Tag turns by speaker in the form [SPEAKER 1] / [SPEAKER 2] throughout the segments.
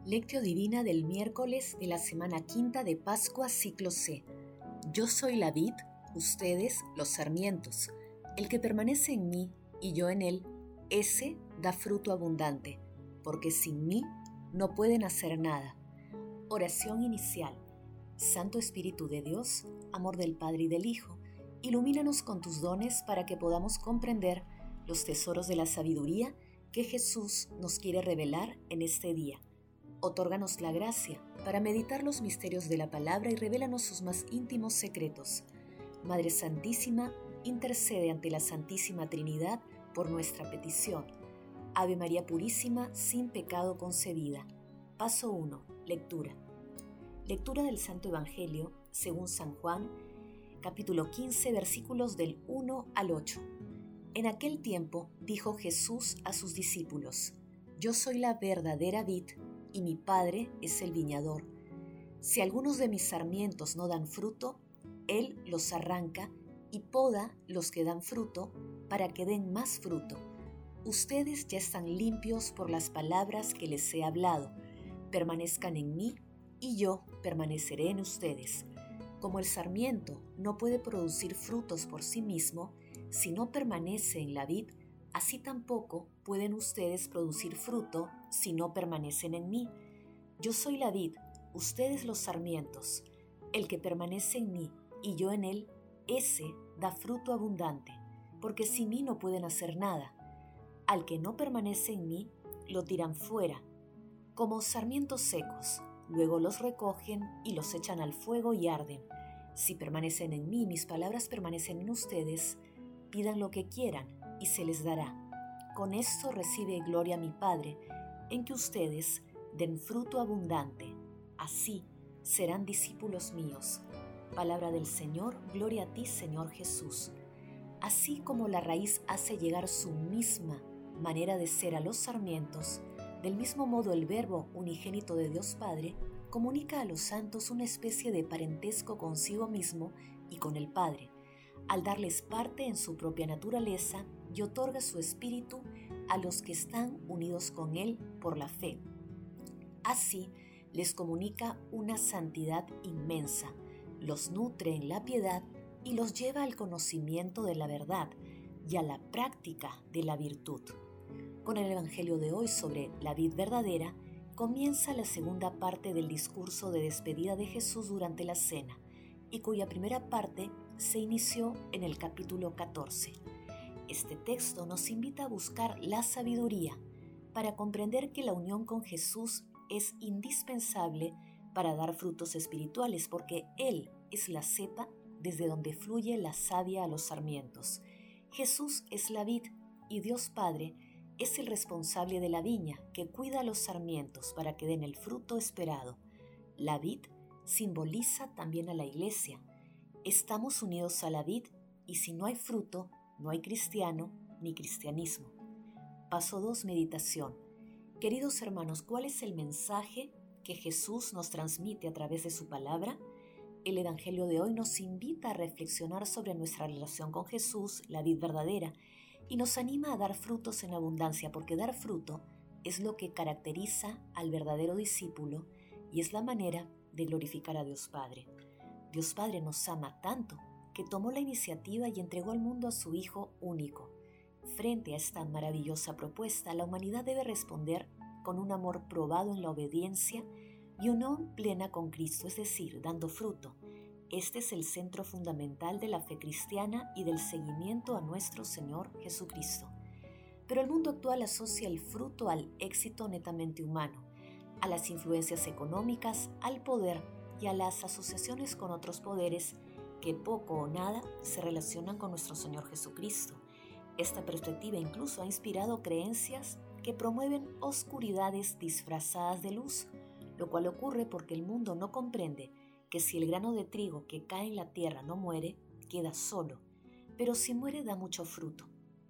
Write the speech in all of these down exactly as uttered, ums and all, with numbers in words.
[SPEAKER 1] Lectio Divina del miércoles de la semana quinta de Pascua, ciclo C. Yo soy la vid, ustedes los sarmientos. El que permanece en mí y yo en él, ese da fruto abundante, porque sin mí no pueden hacer nada. Oración inicial. Santo Espíritu de Dios, amor del Padre y del Hijo, ilumínanos con tus dones para que podamos comprender los tesoros de la sabiduría que Jesús nos quiere revelar en este día. Otórganos la gracia para meditar los misterios de la palabra y revélanos sus más íntimos secretos. Madre Santísima, intercede ante la Santísima Trinidad por nuestra petición. Ave María Purísima, sin pecado concebida. Paso uno. Lectura. Lectura del Santo Evangelio, según San Juan, capítulo quince, versículos del uno al ocho. En aquel tiempo dijo Jesús a sus discípulos: Yo soy la verdadera vid, y mi Padre es el viñador. Si algunos de mis sarmientos no dan fruto, Él los arranca y poda los que dan fruto para que den más fruto. Ustedes ya están limpios por las palabras que les he hablado. Permanezcan en mí y yo permaneceré en ustedes. Como el sarmiento no puede producir frutos por sí mismo si no permanece en la vid, así tampoco pueden ustedes producir fruto si no permanecen en mí. Yo soy la vid, ustedes los sarmientos. El que permanece en mí y yo en él, ese da fruto abundante, porque sin mí no pueden hacer nada. Al que no permanece en mí, lo tiran fuera, como sarmientos secos. Luego los recogen y los echan al fuego y arden. Si permanecen en mí, mis palabras permanecen en ustedes, pidan lo que quieran y se les dará. Con esto recibe gloria mi Padre, en que ustedes den fruto abundante. Así serán discípulos míos. Palabra del Señor, gloria a ti, Señor Jesús. Así como la raíz hace llegar su misma manera de ser a los sarmientos, del mismo modo el Verbo unigénito de Dios Padre comunica a los santos una especie de parentesco consigo mismo y con el Padre, al darles parte en su propia naturaleza y otorga su espíritu a los que están unidos con Él por la fe. Así les comunica una santidad inmensa, los nutre en la piedad y los lleva al conocimiento de la verdad y a la práctica de la virtud. Con el Evangelio de hoy sobre la vid verdadera, comienza la segunda parte del discurso de despedida de Jesús durante la cena, y cuya primera parte se inició en el capítulo catorce. Este texto nos invita a buscar la sabiduría para comprender que la unión con Jesús es indispensable para dar frutos espirituales, porque Él es la cepa desde donde fluye la savia a los sarmientos. Jesús es la vid y Dios Padre es el responsable de la viña que cuida a los sarmientos para que den el fruto esperado. La vid simboliza también a la Iglesia. Estamos unidos a la vid y si no hay fruto, no hay cristiano ni cristianismo. Paso dos. Meditación. Queridos hermanos, ¿cuál es el mensaje que Jesús nos transmite a través de su palabra? El Evangelio de hoy nos invita a reflexionar sobre nuestra relación con Jesús, la vid verdadera, y nos anima a dar frutos en abundancia, porque dar fruto es lo que caracteriza al verdadero discípulo y es la manera de glorificar a Dios Padre. Dios Padre nos ama tanto que tomó la iniciativa y entregó al mundo a su Hijo único. Frente a esta maravillosa propuesta, la humanidad debe responder con un amor probado en la obediencia y unión plena con Cristo, es decir, dando fruto. Este es el centro fundamental de la fe cristiana y del seguimiento a nuestro Señor Jesucristo. Pero el mundo actual asocia el fruto al éxito netamente humano, a las influencias económicas, al poder y a las asociaciones con otros poderes que poco o nada se relacionan con nuestro Señor Jesucristo. Esta perspectiva incluso ha inspirado creencias que promueven oscuridades disfrazadas de luz, lo cual ocurre porque el mundo no comprende que si el grano de trigo que cae en la tierra no muere, queda solo, pero si muere da mucho fruto.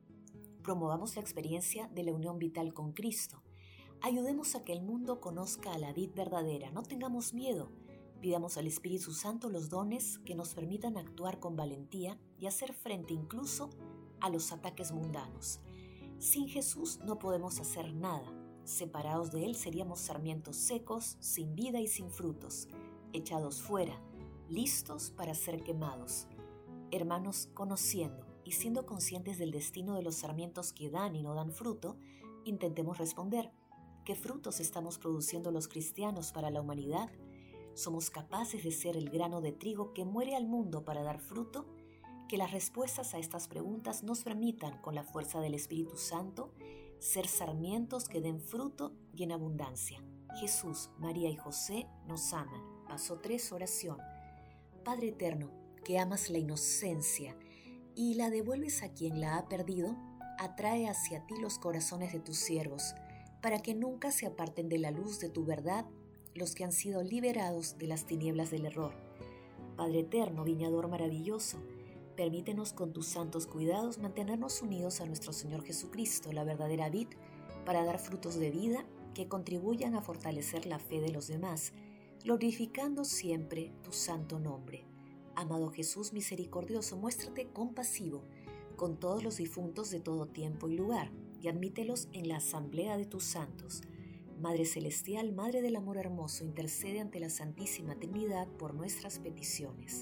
[SPEAKER 1] Promovamos la experiencia de la unión vital con Cristo. Ayudemos a que el mundo conozca a la vid verdadera. No tengamos miedo. Pidamos al Espíritu Santo los dones que nos permitan actuar con valentía y hacer frente incluso a los ataques mundanos. Sin Jesús no podemos hacer nada. Separados de Él seríamos sarmientos secos, sin vida y sin frutos, echados fuera, listos para ser quemados. Hermanos, conociendo y siendo conscientes del destino de los sarmientos que dan y no dan fruto, intentemos responder: ¿qué frutos estamos produciendo los cristianos para la humanidad? ¿Somos capaces de ser el grano de trigo que muere al mundo para dar fruto? Que las respuestas a estas preguntas nos permitan, con la fuerza del Espíritu Santo, ser sarmientos que den fruto y en abundancia. Jesús, María y José nos aman. Paso tres, oración. Padre eterno, que amas la inocencia y la devuelves a quien la ha perdido, atrae hacia ti los corazones de tus siervos, para que nunca se aparten de la luz de tu verdad los que han sido liberados de las tinieblas del error. Padre eterno, viñador maravilloso, permítenos con tus santos cuidados mantenernos unidos a nuestro Señor Jesucristo, la verdadera vid, para dar frutos de vida que contribuyan a fortalecer la fe de los demás, glorificando siempre tu santo nombre. Amado Jesús misericordioso, muéstrate compasivo con todos los difuntos de todo tiempo y lugar, y admítelos en la asamblea de tus santos. Madre Celestial, Madre del Amor Hermoso, intercede ante la Santísima Trinidad por nuestras peticiones.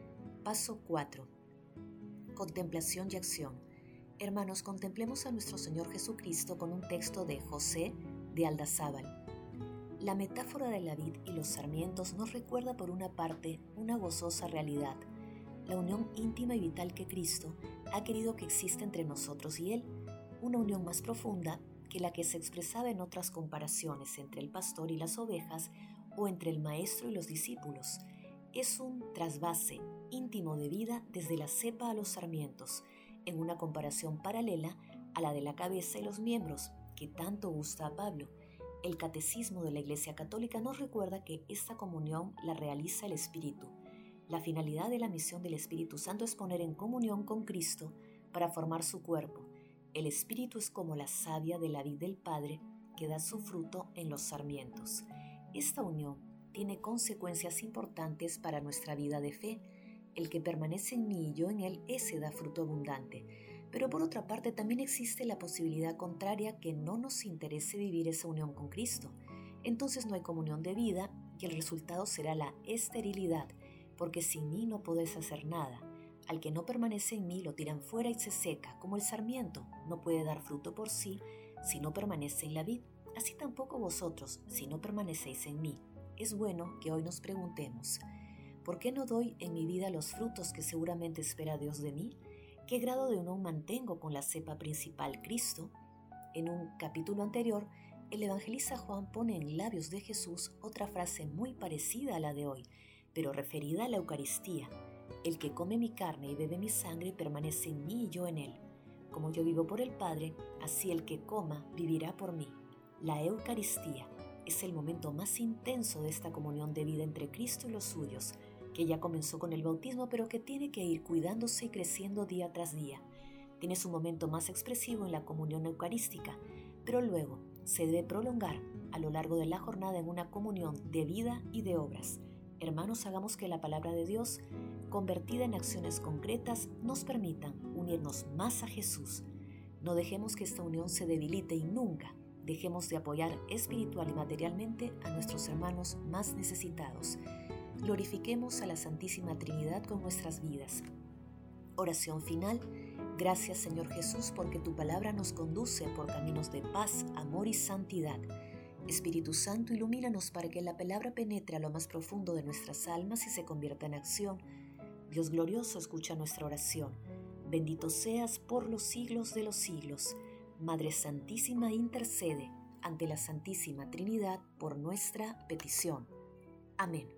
[SPEAKER 1] Paso cuatro. Contemplación y acción. Hermanos, contemplemos a nuestro Señor Jesucristo con un texto de José de Aldazábal. La metáfora de la vid y los sarmientos nos recuerda por una parte una gozosa realidad, la unión íntima y vital que Cristo ha querido que exista entre nosotros y Él, una unión más profunda que la que se expresaba en otras comparaciones entre el pastor y las ovejas o entre el maestro y los discípulos. Es un trasvase íntimo de vida desde la cepa a los sarmientos, en una comparación paralela a la de la cabeza y los miembros, que tanto gusta a Pablo. El Catecismo de la Iglesia Católica nos recuerda que esta comunión la realiza el Espíritu. La finalidad de la misión del Espíritu Santo es poner en comunión con Cristo para formar su cuerpo. El Espíritu es como la savia de la vid del Padre que da su fruto en los sarmientos. Esta unión tiene consecuencias importantes para nuestra vida de fe. El que permanece en mí y yo en él, ese da fruto abundante. Pero por otra parte también existe la posibilidad contraria, que no nos interese vivir esa unión con Cristo. Entonces no hay comunión de vida y el resultado será la esterilidad, porque sin mí no podés hacer nada. Al que no permanece en mí lo tiran fuera y se seca, como el sarmiento no puede dar fruto por sí si no permanece en la vid. Así tampoco vosotros, si no permanecéis en mí. Es bueno que hoy nos preguntemos: ¿por qué no doy en mi vida los frutos que seguramente espera Dios de mí? ¿Qué grado de unión mantengo con la cepa principal, Cristo? En un capítulo anterior, el evangelista Juan pone en labios de Jesús otra frase muy parecida a la de hoy, pero referida a la Eucaristía. El que come mi carne y bebe mi sangre permanece en mí y yo en él. Como yo vivo por el Padre, así el que coma vivirá por mí. La Eucaristía es el momento más intenso de esta comunión de vida entre Cristo y los suyos, que ya comenzó con el bautismo, pero que tiene que ir cuidándose y creciendo día tras día. Tiene su momento más expresivo en la comunión eucarística, pero luego se debe prolongar a lo largo de la jornada en una comunión de vida y de obras. Hermanos, hagamos que la palabra de Dios, convertida en acciones concretas, nos permitan unirnos más a Jesús. No dejemos que esta unión se debilite y nunca dejemos de apoyar espiritual y materialmente a nuestros hermanos más necesitados. Glorifiquemos a la Santísima Trinidad con nuestras vidas. Oración final. Gracias, Señor Jesús, porque tu palabra nos conduce por caminos de paz, amor y santidad. Espíritu Santo, ilumínanos para que la palabra penetre a lo más profundo de nuestras almas y se convierta en acción. Dios glorioso, escucha nuestra oración. Bendito seas por los siglos de los siglos. Madre Santísima, intercede ante la Santísima Trinidad por nuestra petición. Amén.